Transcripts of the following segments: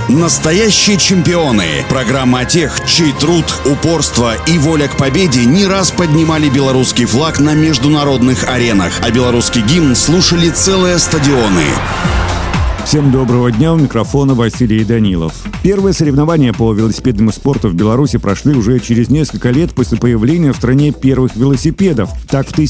Настоящие чемпионы. Программа о тех, чей труд, упорство и воля к победе не раз поднимали белорусский флаг на международных аренах, а белорусский гимн слушали целые стадионы. Всем доброго дня, у микрофона Василий Данилов. Первые соревнования по велосипедному спорту в Беларуси прошли уже через несколько лет после появления в стране первых велосипедов. Так, в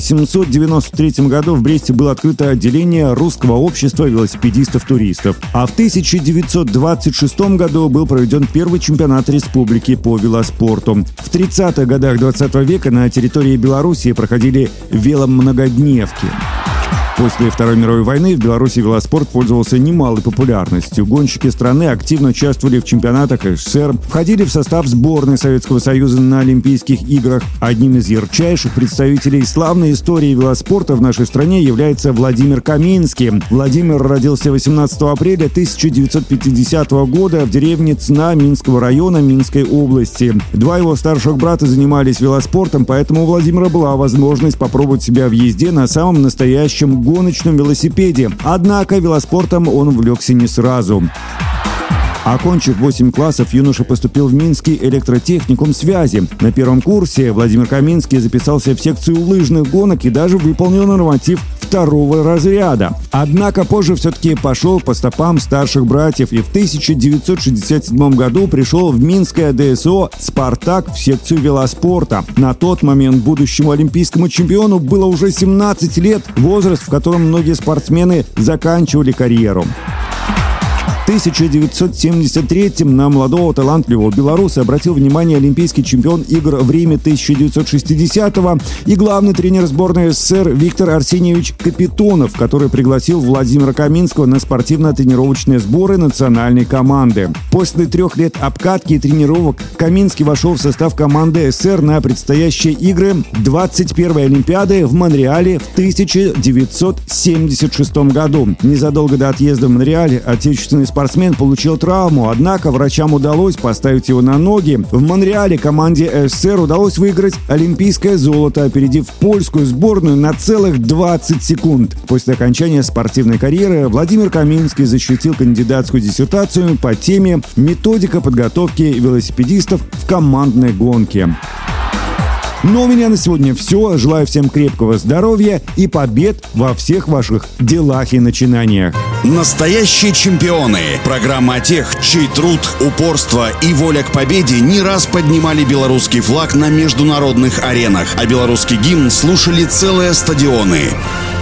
1893 году в Бресте было открыто отделение Русского общества велосипедистов-туристов. А в 1926 году был проведен первый чемпионат республики по велоспорту. В 30-х годах 20 века на территории Беларуси проходили веломногодневки. После Второй мировой войны в Беларуси велоспорт пользовался немалой популярностью. Гонщики страны активно участвовали в чемпионатах СССР, входили в состав сборной Советского Союза на Олимпийских играх. Одним из ярчайших представителей славной истории велоспорта в нашей стране является Владимир Каминский. Владимир родился 18 апреля 1950 года в деревне Цна Минского района Минской области. Два его старших брата занимались велоспортом, поэтому у Владимира была возможность попробовать себя в езде на самом настоящем гоночном велосипеде. Однако велоспортом он увлекся не сразу. Окончив 8 классов, юноша поступил в Минский электротехникум связи. На первом курсе Владимир Каминский записался в секцию лыжных гонок и даже выполнил норматив второго разряда. Однако позже все-таки пошел по стопам старших братьев и в 1967 году пришел в Минское ДСО «Спартак» в секцию велоспорта. На тот момент будущему олимпийскому чемпиону было уже 17 лет, возраст, в котором многие спортсмены заканчивали карьеру. В 1973-м на молодого талантливого белоруса обратил внимание олимпийский чемпион игр в Риме 1960-го и главный тренер сборной СССР Виктор Арсеньевич Капитонов, который пригласил Владимира Каминского на спортивно-тренировочные сборы национальной команды. После 3 лет обкатки и тренировок Каминский вошел в состав команды СССР на предстоящие игры 21-й Олимпиады в Монреале в 1976 году. Незадолго до отъезда в Монреаль отечественный спортсмен получил травму, однако врачам удалось поставить его на ноги. В Монреале команде СССР удалось выиграть олимпийское золото, опередив польскую сборную на целых 20 секунд. После окончания спортивной карьеры Владимир Каминский защитил кандидатскую диссертацию по теме «Методика подготовки велосипедистов в командной гонке». Ну, у меня на сегодня все. Желаю всем крепкого здоровья и побед во всех ваших делах и начинаниях. Настоящие чемпионы. Программа о тех, чей труд, упорство и воля к победе не раз поднимали белорусский флаг на международных аренах, а белорусский гимн слушали целые стадионы.